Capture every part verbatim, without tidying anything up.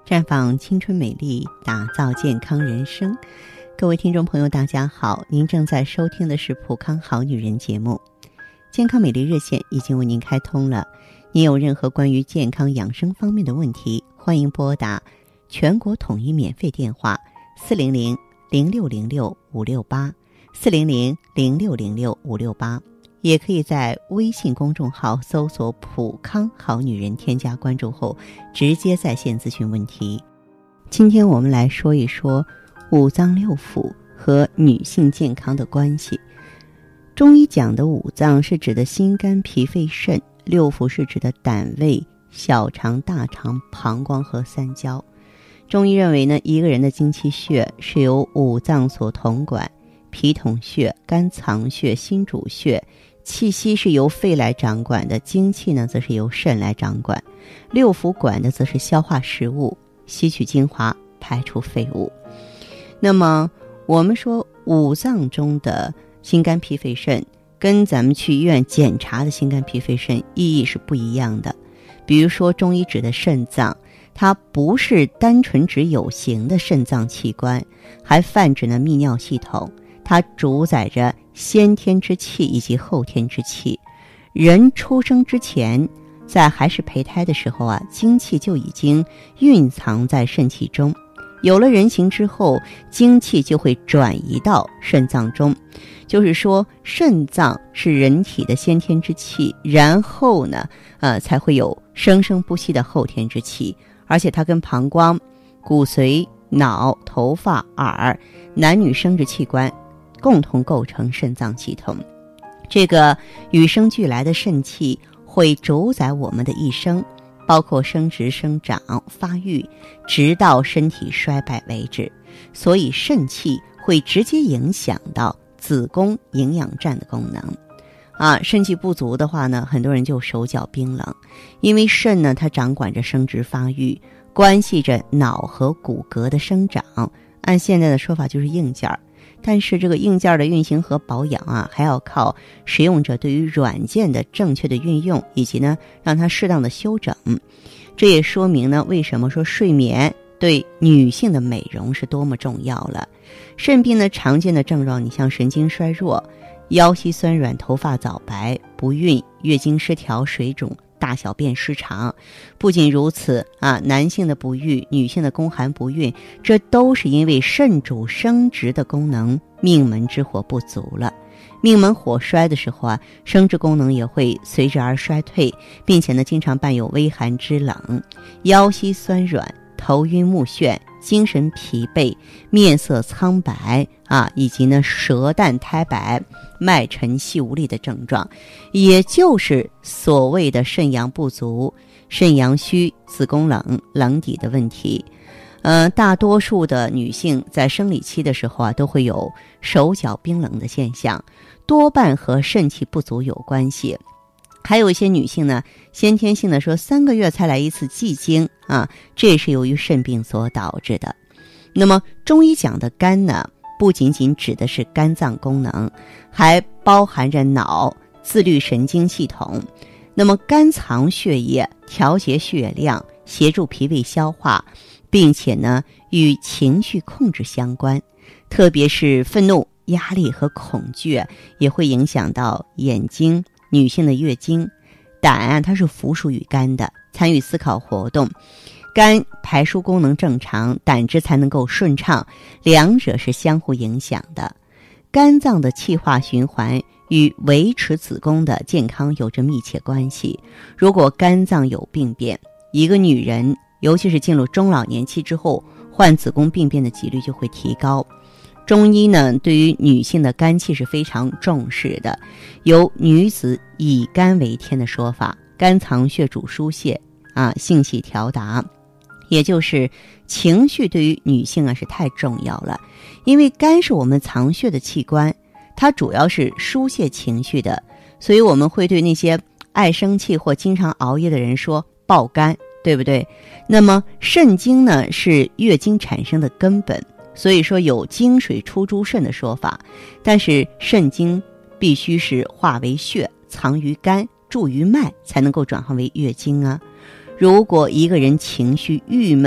绽放青春美丽，打造健康人生。各位听众朋友大家好，您正在收听的是普康好女人节目。健康美丽热线已经为您开通了，您有任何关于健康养生方面的问题，欢迎拨打全国统一免费电话四零零零六零六五六八 四零零零六零六五六八，也可以在微信公众号搜索普康好女人，添加关注后直接在线咨询问题。今天我们来说一说五脏六腑和女性健康的关系。中医讲的五脏是指的心肝脾肺肾，六腑是指的胆胃小肠大肠膀胱和三焦。中医认为呢，一个人的精气血是由五脏所统管，脾统血，肝藏血，心主血，气息是由肺来掌管的，精气呢则是由肾来掌管，六腑管的则是消化食物，吸取精华，排出废物。那么我们说五脏中的心肝脾肺肾跟咱们去医院检查的心肝脾肺肾意义是不一样的。比如说中医指的肾脏，它不是单纯指有形的肾脏器官，还泛指呢泌尿系统，它主宰着先天之气以及后天之气。人出生之前，在还是胚胎的时候啊，精气就已经蕴藏在肾气中，有了人形之后，精气就会转移到肾脏中。就是说肾脏是人体的先天之气，然后呢呃，才会有生生不息的后天之气，而且它跟膀胱、骨髓、脑、头发、耳男女生殖器官共同构成肾脏系统。这个与生俱来的肾气会主宰我们的一生，包括生殖、生长、发育，直到身体衰败为止。所以肾气会直接影响到子宫营养站的功能。啊，肾气不足的话呢，很多人就手脚冰冷，因为肾呢，它掌管着生殖发育，关系着脑和骨骼的生长，按现在的说法就是硬件儿。但是这个硬件的运行和保养啊，还要靠使用者对于软件的正确的运用，以及呢让它适当的修整。这也说明呢，为什么说睡眠对女性的美容是多么重要了。肾病呢常见的症状，你像神经衰弱、腰膝酸软、头发早白、不孕、月经失调、水肿、大小便失常。不仅如此啊，男性的不育，女性的宫寒不孕，这都是因为肾主生殖的功能，命门之火不足了。命门火衰的时候啊，生殖功能也会随之而衰退，并且呢经常伴有微寒肢冷、腰膝酸软、头晕目眩、精神疲惫、面色苍白啊，以及呢舌淡苔白、脉沉细无力的症状，也就是所谓的肾阳不足、肾阳虚、子宫冷、冷底的问题。呃，大多数的女性在生理期的时候啊，都会有手脚冰冷的现象，多半和肾气不足有关系。还有一些女性呢，先天性的说三个月才来一次季经啊，这是由于肾病所导致的。那么中医讲的肝呢，不仅仅指的是肝脏功能，还包含着脑、自律神经系统。那么肝藏血液，调节血量，协助脾胃消化，并且呢与情绪控制相关，特别是愤怒、压力和恐惧也会影响到眼睛、女性的月经。胆啊，它是附属于肝的，参与思考活动。肝排出功能正常，胆汁才能够顺畅，两者是相互影响的。肝脏的气化循环与维持子宫的健康有着密切关系。如果肝脏有病变，一个女人尤其是进入中老年期之后，患子宫病变的几率就会提高。中医呢，对于女性的肝气是非常重视的，有女子以肝为天的说法。肝藏血主疏泄啊，性喜调达，也就是情绪对于女性啊是太重要了。因为肝是我们藏血的器官，它主要是疏泄情绪的，所以我们会对那些爱生气或经常熬夜的人说爆肝，对不对？那么肾经呢是月经产生的根本，所以说有经水出诸肾的说法，但是肾经必须是化为血，藏于肝，注于脉，才能够转化为月经啊。如果一个人情绪郁闷、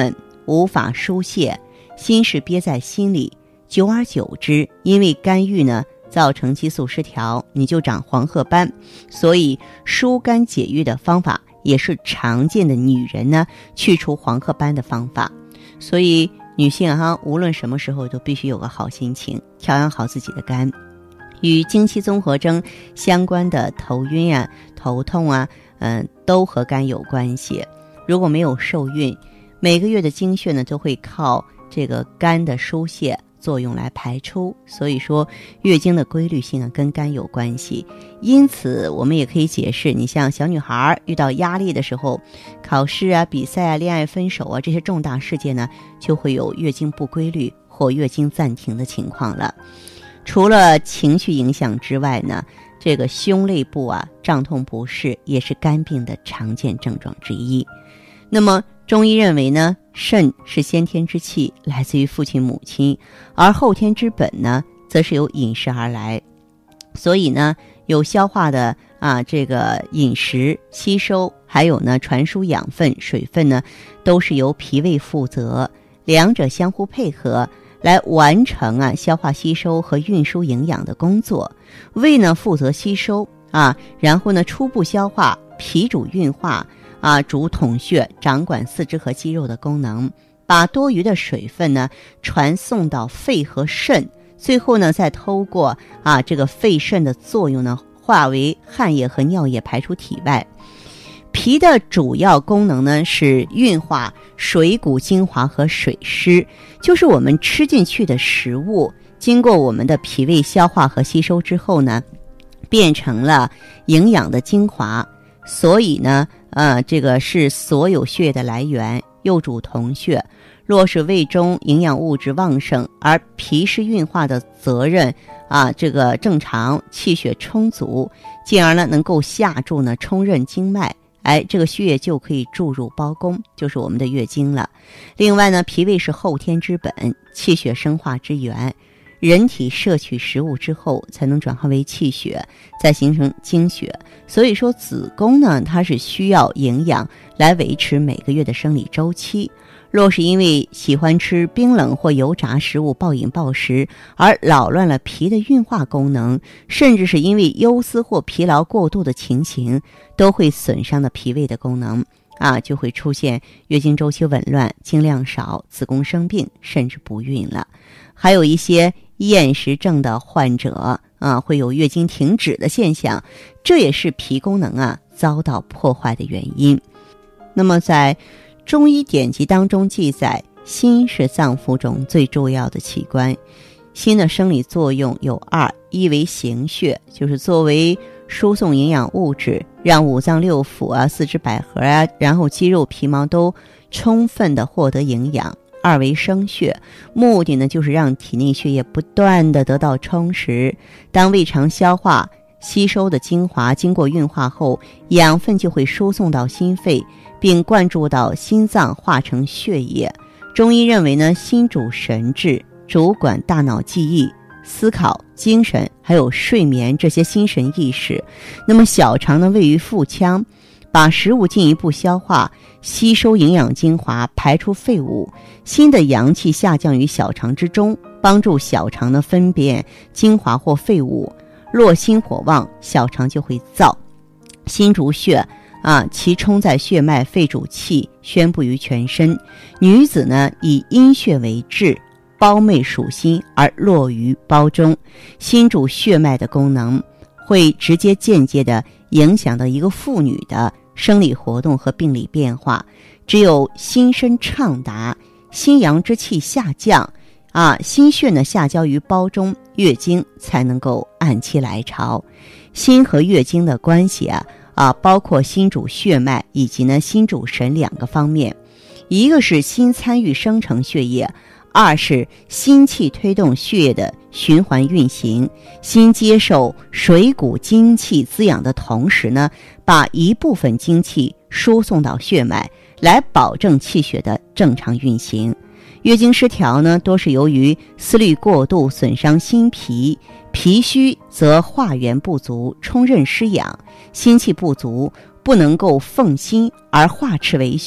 无法疏泄，心事憋在心里，久而久之，因为肝郁呢造成激素失调，你就长黄褐斑。所以疏肝解郁的方法也是常见的女人呢去除黄褐斑的方法。所以女性哈、啊，无论什么时候都必须有个好心情，调养好自己的肝。与经期综合征相关的头晕啊、头痛啊，嗯、呃，都和肝有关系。如果没有受孕，每个月的经血呢都会靠这个肝的疏泄作用来排出，所以说月经的规律性啊跟肝有关系。因此我们也可以解释，你像小女孩遇到压力的时候，考试啊、比赛啊、恋爱、分手啊这些重大事件呢，就会有月经不规律或月经暂停的情况了。除了情绪影响之外呢，这个胸肋部啊胀痛不适也是肝病的常见症状之一。那么中医认为呢，肾是先天之气，来自于父亲母亲，而后天之本呢，则是由饮食而来。所以呢，有消化的啊，这个饮食吸收，还有呢传输养分、水分呢，都是由脾胃负责，两者相互配合，来完成啊消化吸收和运输营养的工作。胃呢负责吸收啊，然后呢初步消化，脾主运化啊，主统血，掌管四肢和肌肉的功能，把多余的水分呢传送到肺和肾，最后呢再透过啊这个肺肾的作用呢，化为汗液和尿液排出体外。脾的主要功能呢是运化水谷精华和水湿，就是我们吃进去的食物，经过我们的脾胃消化和吸收之后呢，变成了营养的精华。所以呢，呃，这个是所有血液的来源，又主统血。若是胃中营养物质旺盛，而脾是运化的责任啊，这个正常，气血充足，进而呢能够下注呢冲任经脉，哎，这个血液就可以注入胞宫，就是我们的月经了。另外呢，脾胃是后天之本，气血生化之源。人体摄取食物之后才能转化为气血，再形成精血。所以说子宫呢，它是需要营养来维持每个月的生理周期。若是因为喜欢吃冰冷或油炸食物、暴饮暴食而扰乱了脾的运化功能，甚至是因为忧思或疲劳过度的情形，都会损伤的脾胃的功能啊，就会出现月经周期紊乱、经量少、子宫生病，甚至不孕了。还有一些厌食症的患者啊，会有月经停止的现象，这也是脾功能啊遭到破坏的原因。那么在中医典籍当中记载，心是脏腑中最重要的器官。心的生理作用有二，一为行穴，就是作为输送营养物质，让五脏六腑啊、四肢百合啊，然后肌肉皮毛都充分的获得营养。二为生血，目的呢就是让体内血液不断的得到充实。当胃肠消化吸收的精华经过运化后，养分就会输送到心肺，并灌注到心脏，化成血液。中医认为呢，心主神志，主管大脑记忆、思考、精神还有睡眠这些心神意识。那么小肠呢位于腹腔，把食物进一步消化，吸收营养精华，排出废物。心的阳气下降于小肠之中，帮助小肠呢分辨精华或废物。若心火旺，小肠就会燥。心主血啊，其冲在血脉，肺主气，宣布于全身。女子呢以阴血为志，胞妹属心而落于胞中。心主血脉的功能，会直接间接的影响到一个妇女的生理活动和病理变化。只有心身畅达，心阳之气下降啊，心血呢下交于胞中，月经才能够按期来潮。心和月经的关系啊啊，包括心主血脉以及呢心主神两个方面。一个是心参与生成血液，二是心气推动血液的循环运行。心接受水谷精气滋养的同时呢，把一部分精气输送到血脉，来保证气血的正常运行。月经失调呢，多是由于思虑过度，损伤心脾。脾虚则化源不足，冲任失养，心气不足，不能够奉心而化赤为血，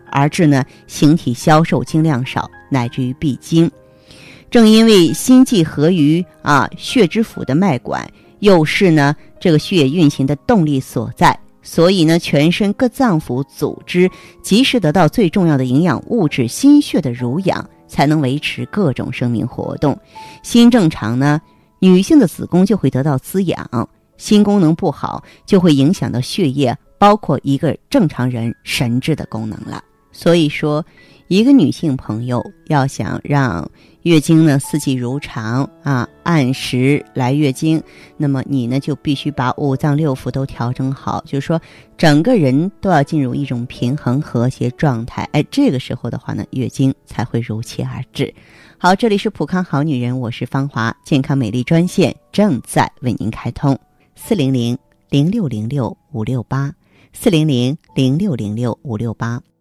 而致呢形体消瘦、经量少，乃至于闭经。正因为心悸合于啊血之府的脉管，又是呢这个血液运行的动力所在，所以呢全身各脏腑组织及时得到最重要的营养物质心血的濡养，才能维持各种生命活动。心正常呢，女性的子宫就会得到滋养，心功能不好就会影响到血液，包括一个正常人神志的功能了。所以说一个女性朋友要想让月经呢四季如常啊，按时来月经，那么你呢就必须把五脏六腑都调整好，就是说整个人都要进入一种平衡和谐状态。哎，这个时候的话呢，月经才会如期而至。好，这里是普康好女人，我是芳华，健康美丽专线正在为您开通，四零零零六零六五六八，四零零零六零六五六八。